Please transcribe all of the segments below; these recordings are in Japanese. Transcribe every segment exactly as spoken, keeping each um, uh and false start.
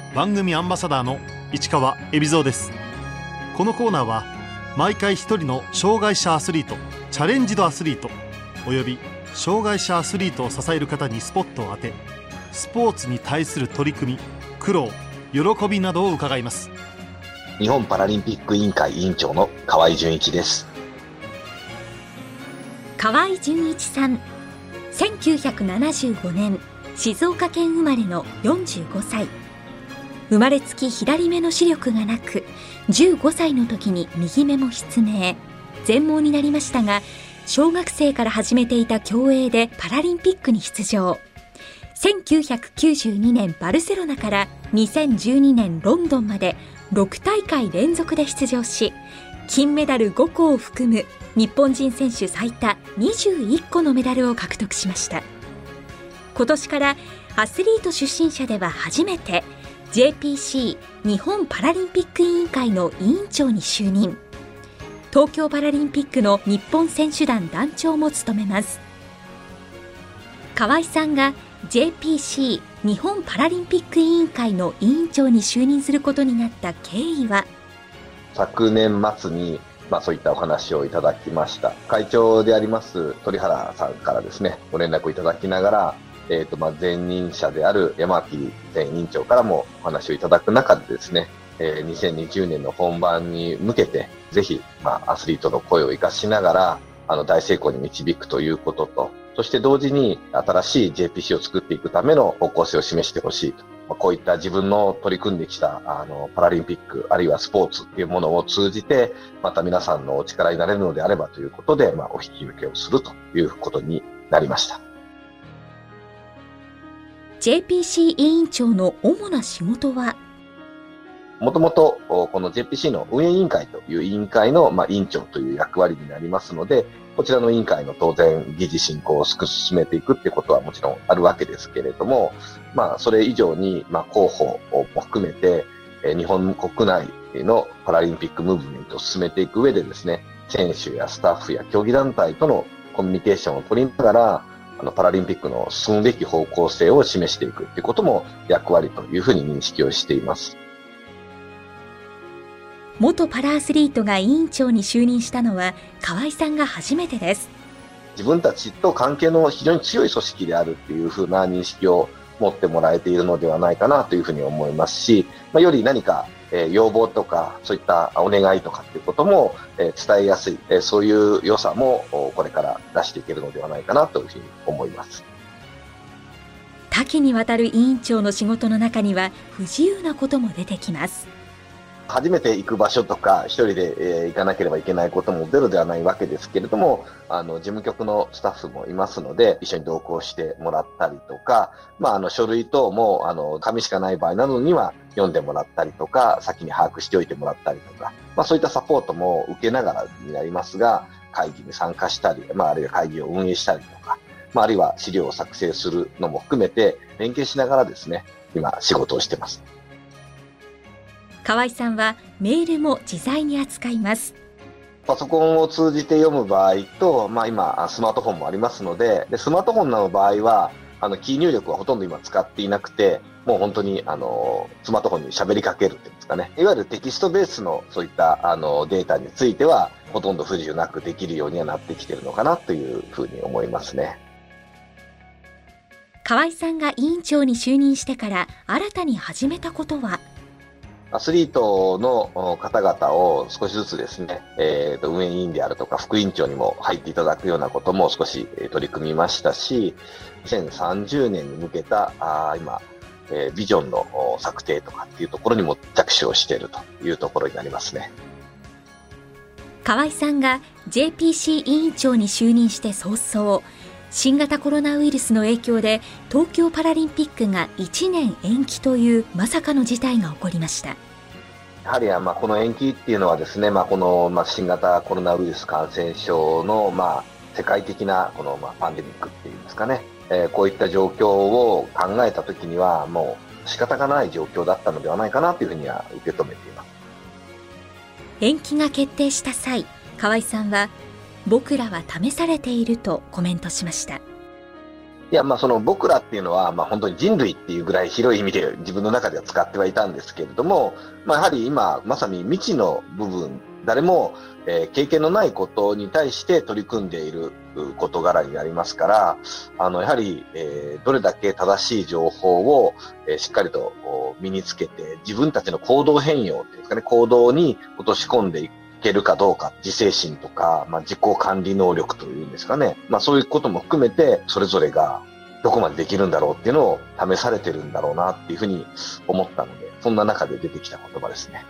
番組アンバサダーの市川海老蔵です。このコーナーは毎回一人の障害者アスリート、チャレンジドアスリートおよび障害者アスリートを支える方にスポットを当て、スポーツに対する取り組み、苦労、喜びなどを伺います。 日本パラリンピック委員会委員長の河合純一です。 河合純一さん、せんきゅうひゃくななじゅうごねん静岡県生まれのよんじゅうごさい。生まれつき左目の視力がなく、じゅうごさいの時に右目も失明、全盲になりましたが、小学生から始めていた競泳でパラリンピックに出場。せんきゅうひゃくきゅうじゅうにねんバルセロナからにせんじゅうにねんロンドンまでろくたいかい連続で出場し、金メダルごこを含む日本人選手最多にじゅういっこのメダルを獲得しました。今年からアスリート出身者では初めて ジェーピーシー 日本パラリンピック委員会の委員長に就任。東京パラリンピックの日本選手団団長も務めます。河合さんが ジェーピーシー 日本パラリンピック委員会の委員長に就任することになった経緯は、 昨年末に、まあ、そういったお話をいただきました。会長であります鳥原さんからですね、ご連絡をいただきながら、えーとまあ、前任者である山脇前委員長からもお話をいただく中でですね、えー、にせんにじゅうねんの本番に向けて、ぜひ、まあ、アスリートの声を生かしながら、あの、大成功に導くということと、そして同時に新しい ジェーピーシー を作っていくための方向性を示してほしいと。まあ、こういった自分の取り組んできた、あの、パラリンピック、あるいはスポーツっていうものを通じて、また皆さんのお力になれるのであればということで、まあ、お引き受けをするということになりました。 ジェーピーシー 委員長の主な仕事は、 もともと、この ジェーピーシー の運営委員会という委員会の、まあ、委員長という役割になりますので、こちらの委員会の当然、議事進行を進めていくっていうことはもちろんあるわけですけれども、まあ、それ以上に、まあ、広報も含めて、日本国内のパラリンピックムーブメントを進めていく上でですね、選手やスタッフや競技団体とのコミュニケーションを取りながら、あの、パラリンピックの進むべき方向性を示していくっていうことも役割というふうに認識をしています。 元パラアスリートが委員長に就任したのは河合さんが初めてです。 自分たちと関係の非常に強い組織であるっていうふうな認識を持ってもらえているのではないかなというふうに思いますし、まあ、より何か、えー、要望とかそういったお願いとかっていうことも、えー、伝えやすい、えー、そういう良さもこれから出していけるのではないかなというふうに思います。 多岐にわたる委員長の仕事の中には不自由なことも出てきます。 初めて行く場所とか、一人で、えー、行かなければいけないこともゼロではないわけですけれども、あの、事務局のスタッフもいますので、一緒に同行してもらったりとか、まあ、あの、書類等も、あの、紙しかない場合などには読んでもらったりとか、先に把握しておいてもらったりとか、まあ、そういったサポートも受けながらになりますが、会議に参加したり、まあ、あるいは会議を運営したりとか、まあ、あるいは資料を作成するのも含めて、連携しながらですね、今、仕事をしています。 河合さんはメールも自在に扱います。 パソコンを通じて読む場合と、まあ、今スマートフォンもありますので、でスマートフォンの場合はあのキー入力はほとんど今使っていなくて、もう本当にあのスマートフォンに喋りかけるっていうんですかね、いわゆるテキストベースのそういったあのデータについてはほとんど不自由なくできるようにはなってきているのかなというふうに思いますね。 河合さんが委員長に就任してから新たに始めたことは、 アスリートの方々を少しずつですね、えーと、運営委員であるとか副委員長にも入っていただくようなことも少し取り組みましたし、にせんさんじゅうねんに向けたあ今、えー、ビジョンの策定とかっていうところにも着手をしているというところになりますね。 河合さんが ジェーピーシー 委員長に就任して早々、新型コロナウイルスの影響で東京パラリンピックがいちねん延期というまさかの事態が起こりました。 やはりまあこの延期っていうのはですね、まあ、このまあ新型コロナウイルス感染症のまあ世界的なこのまあパンデミックっていうんですかね、えー、こういった状況を考えたときにはもう仕方がない状況だったのではないかなというふうには受け止めています。 延期が決定した際、河合さんは僕らは試されているとコメントしました。 いや、まあその僕らっていうのは、まあ本当に人類っていうぐらい広い意味で自分の中では使ってはいたんですけれども、まあやはり今、まさに未知の部分、誰も、えー経験のないことに対して取り組んでいるう事柄になりますから、あの、やはり、えーどれだけ正しい情報を、えーしっかりとお身につけて、自分たちの行動変容っていうんですかね、行動に落とし込んでいけるかどうか、自制心とか、まあ、自己管理能力というんですかね。まあ、そういうことも含めて、それぞれがどこまでできるんだろうっていうのを試されてるんだろうなっていうふうに思ったので、そんな中で出てきた言葉ですね。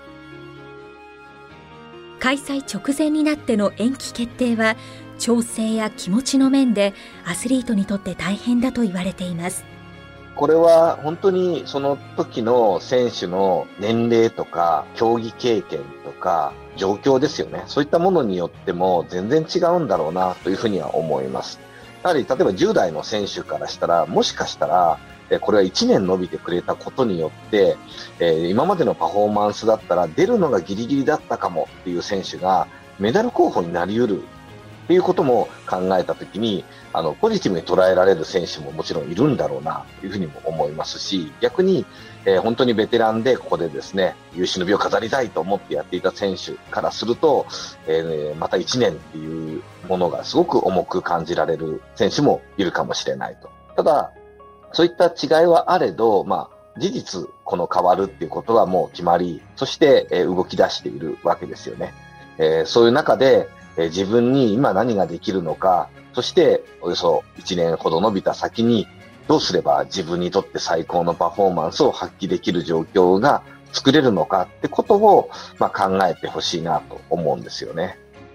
開催直前になっての延期決定は、調整や気持ちの面でアスリートにとって大変だと言われています。 これは本当にその時の選手の年齢とか競技経験とか状況ですよね。そういったものによっても全然違うんだろうなというふうには思います。やはり例えばじゅう代の選手からしたら、もしかしたらこれはいちねん伸びてくれたことによって、えー、今までのパフォーマンスだったら出るのがギリギリだったかもっていう選手がメダル候補になり得るっていうことも考えたときに、あの、ポジティブに捉えられる選手ももちろんいるんだろうなというふうにも思いますし、逆に、えー、本当にベテランでここでですね、有終の美を飾りたいと思ってやっていた選手からすると、えー、またいちねんっていうものがすごく重く感じられる選手もいるかもしれないと。ただ、そういった違いはあれど、まあ、事実、この変わるっていうことはもう決まり、そして、えー、動き出しているわけですよね。えー、そういう中で、えー、自分に今何ができるのか、そしておよそいちねんほど伸びた先にどうすれば自分にとって最高のパフォーマンスを発揮できる状況が作れるのかってことを、まあ、考えてほしいなと思うんですよね。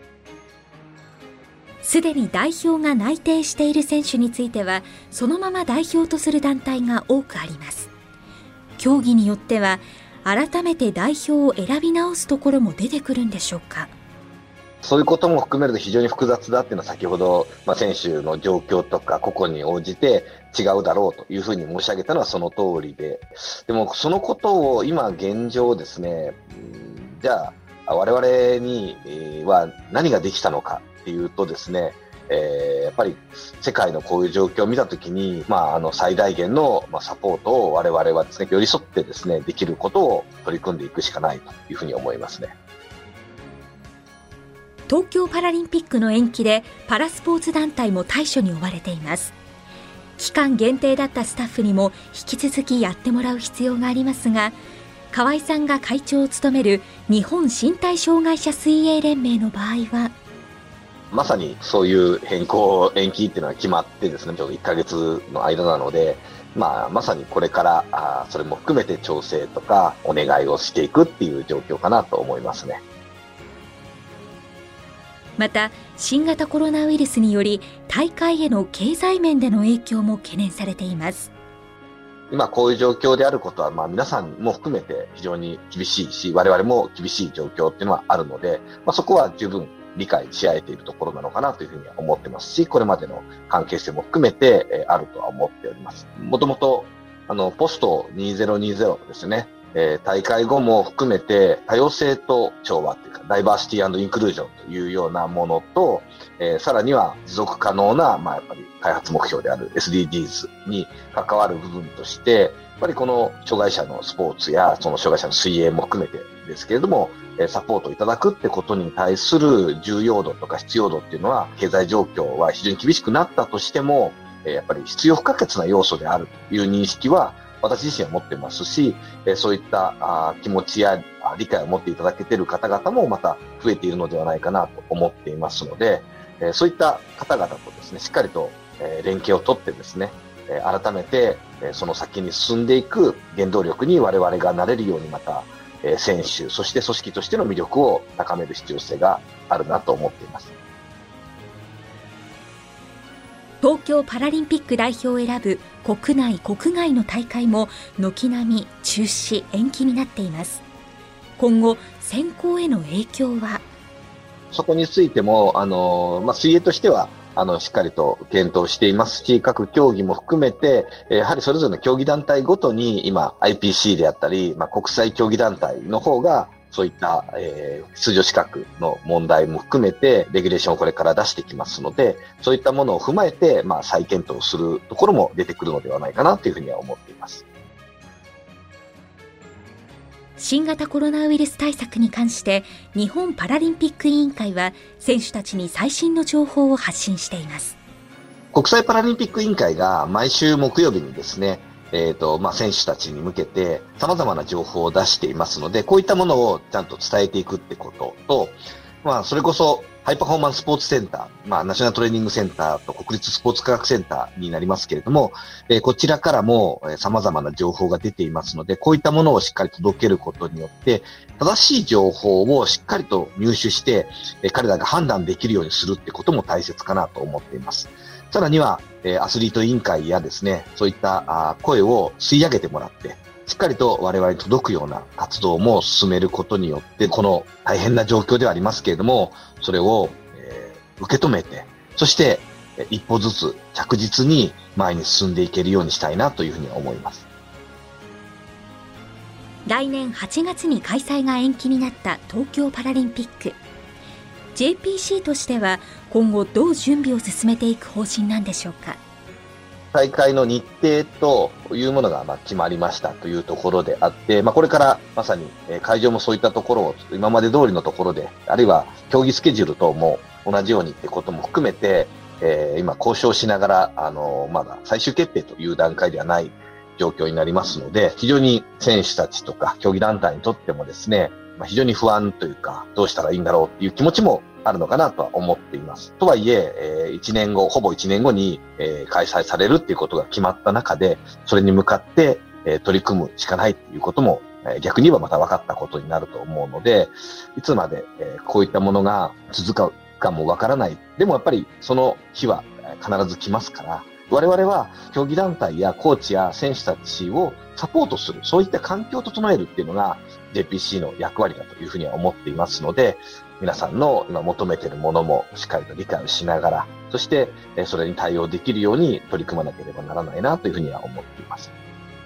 すでに代表が内定している選手については、そのまま代表とする団体が多くあります。競技によっては改めて代表を選び直すところも出てくるんでしょうか。 そういうことも含めると非常に複雑だっていうのは先ほど、まあ、選手の状況とか個々に応じて違うだろうというふうに申し上げたのはその通りで、でもそのことを今現状ですね、じゃあ我々には何ができたのかっていうとですね、えー、やっぱり世界のこういう状況を見たときに、まあ、あの最大限のサポートを我々はですね、寄り添ってですね、できることを取り組んでいくしかないというふうに思いますね。 東京パラリンピックの延期でパラスポーツ団体も対処に追われています。期間限定だったスタッフにも引き続きやってもらう必要がありますが、河合さんが会長を務める日本身体障害者水泳連盟の場合は、 まさにそういう変更延期っていうのは決まってですね、ちょうどいっかげつの間なので、まあ、まさにこれからあそれも含めて調整とかお願いをしていくっていう状況かなと思いますね。 また新型コロナウイルスにより大会への経済面での影響も懸念されています。 今こういう状況であることは、まあ皆さんも含めて非常に厳しいし、我々も厳しい状況っていうのはあるので、まあそこは十分理解し合えているところなのかなというふうには思ってますし、これまでの関係性も含めて、えー、あるとは思っております。もともと、あの、ポストにせんにじゅうですね、えー、大会後も含めて多様性と調和というか、ダイバーシティ&インクルージョンというようなものと、えー、さらには持続可能な、まあやっぱり開発目標である エスディージーズ に関わる部分として、やっぱりこの障害者のスポーツや、その障害者の水泳も含めてですけれども、サポートいただくってことに対する重要度とか必要度っていうのは、経済状況は非常に厳しくなったとしても、やっぱり必要不可欠な要素であるという認識は、私自身は持ってますし、そういった気持ちや理解を持っていただけている方々もまた増えているのではないかなと思っていますので、そういった方々とですね、しっかりと連携をとってですね、改めてその先に進んでいく原動力に我々がなれるように、また選手、そして組織としての魅力を高める必要性があるなと思っています。 東京パラリンピック代表を選ぶ国内国外の大会も軒並み中止延期になっています。今後選考への影響は。 そこについてもあの、まあ、水泳としてはあのしっかりと検討していますし、各競技も含めてやはりそれぞれの競技団体ごとに今 アイピーシー であったり、まあ、国際競技団体の方がそういった、えー、出場資格の問題も含めて、レギュレーションをこれから出してきますので、そういったものを踏まえて、まあ、再検討するところも出てくるのではないかなというふうには思っています。 新型コロナウイルス対策に関して、日本パラリンピック委員会は、選手たちに最新の情報を発信しています。 国際パラリンピック委員会が毎週木曜日にですね、えっと、まあ、選手たちに向けて様々な情報を出していますので、こういったものをちゃんと伝えていくってことと、まあ、それこそ、ハイパフォーマンススポーツセンター、まあ、ナショナルトレーニングセンターと国立スポーツ科学センターになりますけれども、えー、こちらからも、えー、様々な情報が出ていますので、こういったものをしっかり届けることによって、正しい情報をしっかりと入手して、えー、彼らが判断できるようにするってことも大切かなと思っています。さらには、えー、アスリート委員会やですね、そういったあ声を吸い上げてもらって、しっかりと我々に届くような活動も進めることによって、この大変な状況ではありますけれども、それを、えー、受け止めて、そして一歩ずつ着実に前に進んでいけるようにしたいなというふうに思います。 来年はちがつに開催が延期になった東京パラリンピック。ジェーピーシー としては今後どう準備を進めていく方針なんでしょうか。 大会の日程というものがまあ決まりましたというところであって、まあ、これからまさに会場もそういったところを今まで通りのところで、あるいは競技スケジュール等も同じようにってことも含めて、えー、今交渉しながら、あの、まだ最終決定という段階ではない状況になりますので、非常に選手たちとか競技団体にとってもですね、まあ、非常に不安というか、どうしたらいいんだろうっていう気持ちもあるのかなとは思っています。とはいえ、えー、いちねんご、ほぼいちねんごに、えー、開催されるっていうことが決まった中で、それに向かって、えー、取り組むしかないっていうことも、えー、逆に言えばまた分かったことになると思うので、いつまで、えー、こういったものが続くかも分からない。でもやっぱりその日は必ず来ますから、我々は競技団体やコーチや選手たちをサポートする、そういった環境を整えるっていうのが ジェーピーシー の役割だというふうには思っていますので、皆さんの今求めているものもしっかりと理解をしながら、そしてそれに対応できるように取り組まなければならないなというふうには思っています。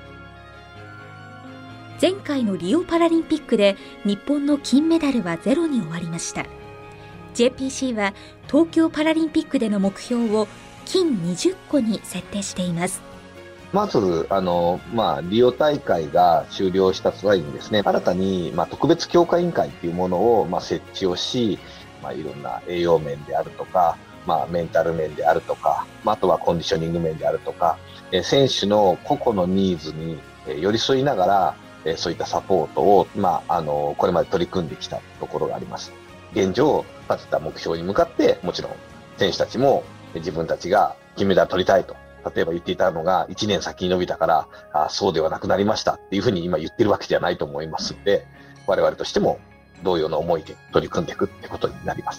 前回のリオパラリンピックで日本の金メダルはゼロに終わりました。ジェーピーシー は東京パラリンピックでの目標を金にじゅっこに設定しています。 まず、あの、まあ、リオ大会が終了した際にですね、新たに、まあ、特別強化委員会っていうものを、まあ、設置をし、まあ、いろんな栄養面であるとか、まあ、メンタル面であるとか、まあ、あとはコンディショニング面であるとか、え選手の個々のニーズに寄り添いながら、えそういったサポートを、まあ、あの、これまで取り組んできたところがあります。現状、立てた目標に向かって、もちろん、選手たちも自分たちが金メダル取りたいと。例えば言っていたのがいちねん先に伸びたから、あそうではなくなりましたっていうふうに今言ってるわけじゃないと思いますので、我々としても同様の思いで取り組んでいくってことになります。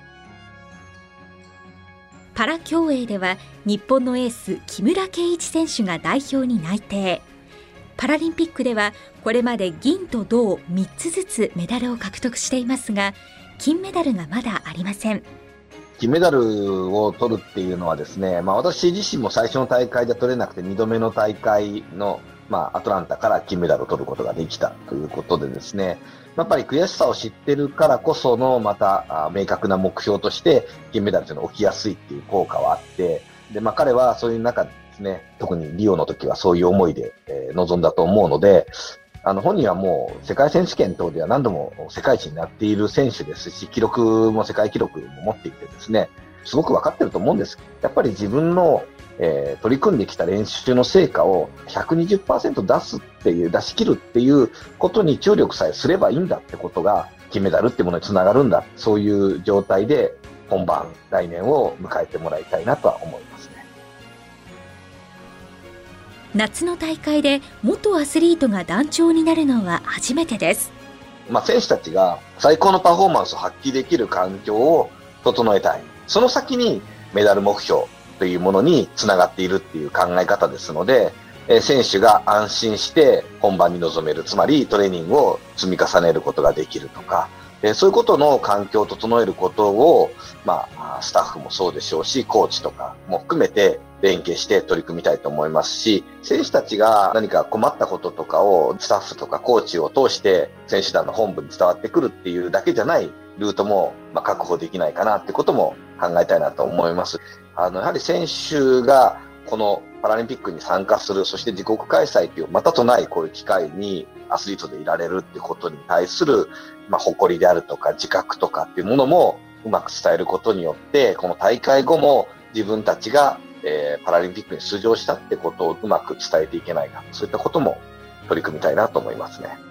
パラ競泳では日本のエース木村敬一選手が代表に内定。パラリンピックではこれまで銀と銅みっつずつメダルを獲得していますが、金メダルがまだありません。 金メダルを取るっていうのはですね、まあ私自身も最初の大会で取れなくてにどめの大会の、まあアトランタから金メダルを取ることができたということでですね、やっぱり悔しさを知ってるからこそのまた明確な目標として金メダルというのが起きやすいっていう効果はあって、で、まあ彼はそういう中でですね、特にリオの時はそういう思いで、えー、臨んだと思うので、あの本人はもう世界選手権等では何度も世界一になっている選手ですし、記録も世界記録も持っていてですね、すごく分かってると思うんです。やっぱり自分の、えー、取り組んできた練習の成果を ひゃくにじゅっパーセント 出すっていう、出し切るっていうことに注力さえすればいいんだってことが金メダルってものにつながるんだ。そういう状態で本番、来年を迎えてもらいたいなとは思いますね。 夏の大会で元アスリートが団長になるのは初めてです。 まあ、選手たちが最高のパフォーマンスを発揮できる環境を整えたい。その先にメダル目標というものにつながっているっていう考え方ですので、え選手が安心して本番に臨める、つまりトレーニングを積み重ねることができるとか、 えー、そういうことの環境を整えることを、まあ、スタッフもそうでしょうし、コーチとかも含めて連携して取り組みたいと思いますし、選手たちが何か困ったこととかをスタッフとかコーチを通して選手団の本部に伝わってくるっていうだけじゃないルートも、まあ、確保できないかなってことも考えたいなと思います。あの、やはり選手がこのパラリンピックに参加する、そして自国開催というまたとないこういう機会にアスリートでいられるってことに対する、まあ、誇りであるとか自覚とかっていうものもうまく伝えることによって、この大会後も自分たちが、えー、パラリンピックに出場したってことをうまく伝えていけないか、そういったことも取り組みたいなと思いますね。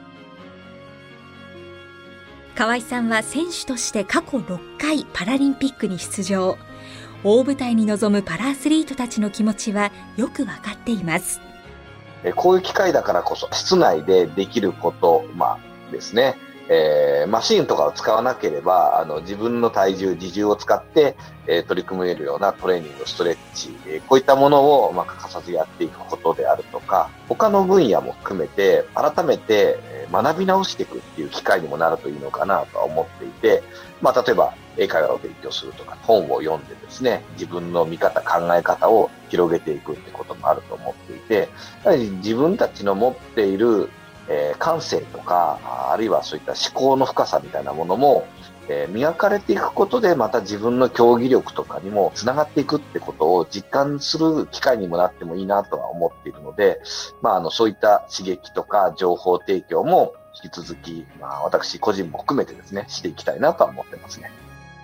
河合さんは選手として過去ろっかいパラリンピックに出場。大舞台に臨むパラアスリートたちの気持ちはよくわかっています。 こういう機会だからこそ室内でできること、まあですね、えー、マシーンとかを使わなければ、あの自分の体重、自重を使って、えー、取り組めるようなトレーニング、ストレッチ、えー、こういったものを、まあ、欠かさずやっていくことであるとか、他の分野も含めて改めて学び直していくっていう機会にもなるといいのかなとは思っていて、まあ、例えば英会話を勉強するとか、本を読んでですね、自分の見方、考え方を広げていくってこともあると思っていて、やはり自分たちの持っているえー、感性とか、あるいはそういった思考の深さみたいなものも、えー、磨かれていくことで、また自分の競技力とかにもつながっていくってことを実感する機会にもなってもいいなとは思っているので、まあ、あの、そういった刺激とか情報提供も引き続き、まあ、私個人も含めてですね、していきたいなとは思ってますね。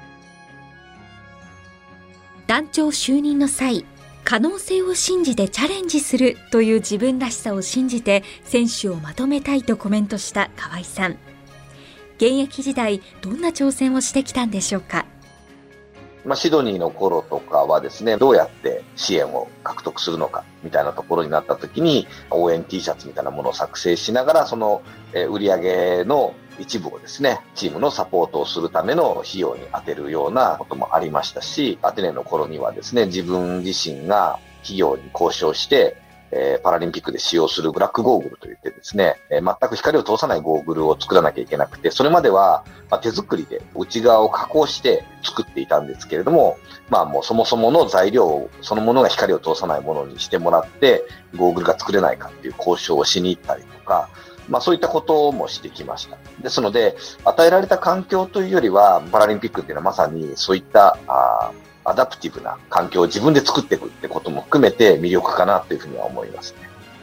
団長就任の際、可能性を信じてチャレンジするという自分らしさを信じて選手をまとめたいとコメントした河合さん。現役時代どんな挑戦をしてきたんでしょうか。 まあ、シドニーの頃とかはですね、どうやって支援を獲得するのかみたいなところになった時に応援 T シャツみたいなものを作成しながら、その売り上げの一部をですね、チームのサポートをするための費用に充てるようなこともありましたし、アテネの頃にはですね、自分自身が企業に交渉して、えー、パラリンピックで使用するブラックゴーグルといってですね、えー、全く光を通さないゴーグルを作らなきゃいけなくて、それまでは、まあ、手作りで内側を加工して作っていたんですけれども、まあもうそもそもの材料そのものが光を通さないものにしてもらって、ゴーグルが作れないかっていう交渉をしに行ったりとか、まあそういったこともしてきました。ですので、与えられた環境というよりは、パラリンピックっていうのはまさにそういったあアダプティブな環境を自分で作っていくってことも含めて魅力かなというふうには思いますね。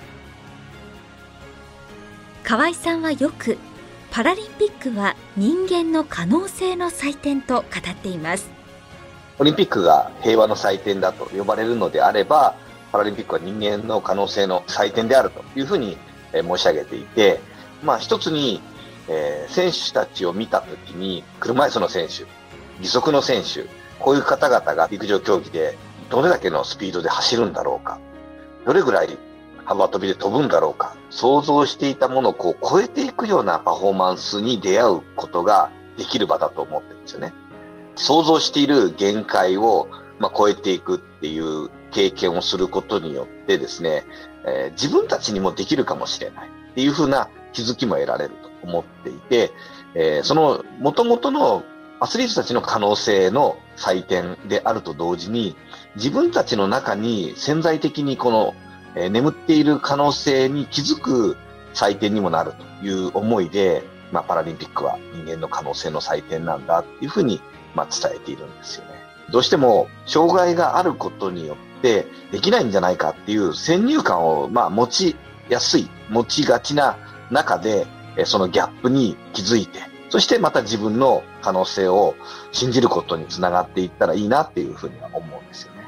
河合さんはよく、パラリンピックは人間の可能性の祭典と語っています。 オリンピックが平和の祭典だと呼ばれるのであれば、パラリンピックは人間の可能性の祭典であるというふうに申し上げていて、まあ一つに、えー、選手たちを見たときに、車椅子の選手、義足の選手、こういう方々が陸上競技でどれだけのスピードで走るんだろうか、どれぐらい幅跳びで飛ぶんだろうか、想像していたものをこう超えていくようなパフォーマンスに出会うことができる場だと思ってるんですよね。想像している限界を、まあ、超えていくっていう経験をすることによってですね、えー、自分たちにもできるかもしれないっていうふうな気づきも得られると思っていて、えー、その元々のアスリートたちの可能性の祭典であると同時に、自分たちの中に潜在的にこの、えー、眠っている可能性に気づく祭典にもなるという思いで、まあ、パラリンピックは人間の可能性の祭典なんだっていうふうに、まあ、伝えているんですよね。どうしても障害があることによってできないんじゃないかっていう先入観を、まあ、持ちやすい、持ちがちな中で、そのギャップに気づいて、そしてまた自分の可能性を信じることにつながっていったらいいなっていうふうには思うんですよね。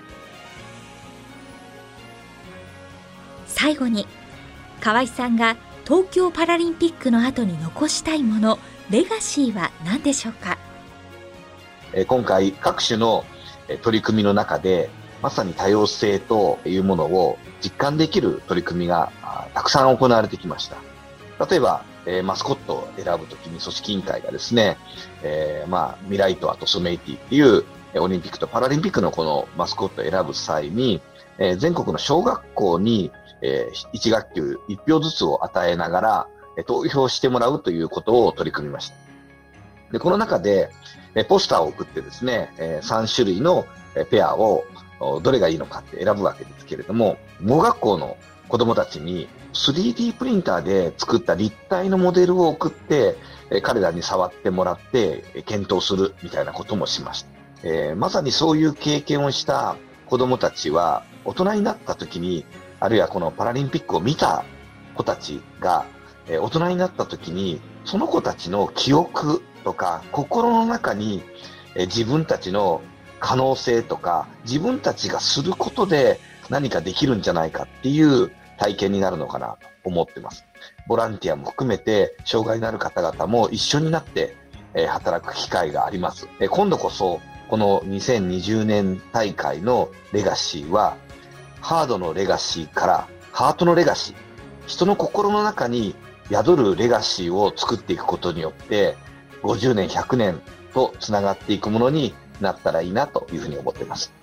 最後に、河合さんが東京パラリンピックの後に残したいもの、レガシーは何でしょうか。 今回各種の取り組みの中で、まさに多様性というものを実感できる取り組みがたくさん行われてきました。例えば、えー、マスコットを選ぶときに組織委員会がですね、えー、まあ、ミライト・アトソメイティっていうオリンピックとパラリンピックのこのマスコットを選ぶ際に、えー、全国の小学校に、えー、いち学級いち票ずつを与えながら、えー、投票してもらうということを取り組みました。 で、この中で、えポスターを送ってですね、えー、さん種類のペアをどれがいいのかって選ぶわけですけれども、盲学校の子供たちに スリーディー プリンターで作った立体のモデルを送って、えー、彼らに触ってもらって検討するみたいなこともしました。えー、まさにそういう経験をした子供たちは大人になった時に、あるいはこのパラリンピックを見た子たちが、えー、大人になった時にその子たちの記憶とか心の中に、えー、自分たちの可能性とか自分たちがすることで何かできるんじゃないかっていう体験になるのかなと思ってます。ボランティアも含めて障害のある方々も一緒になって、えー、働く機会があります。えー、今度こそこのにせんにじゅうねん大会のレガシーはハードのレガシーからハートのレガシー、人の心の中に宿るレガシーを作っていくことによってごじゅうねん、ひゃくねんとつながっていくものになったらいいなというふうに思っています。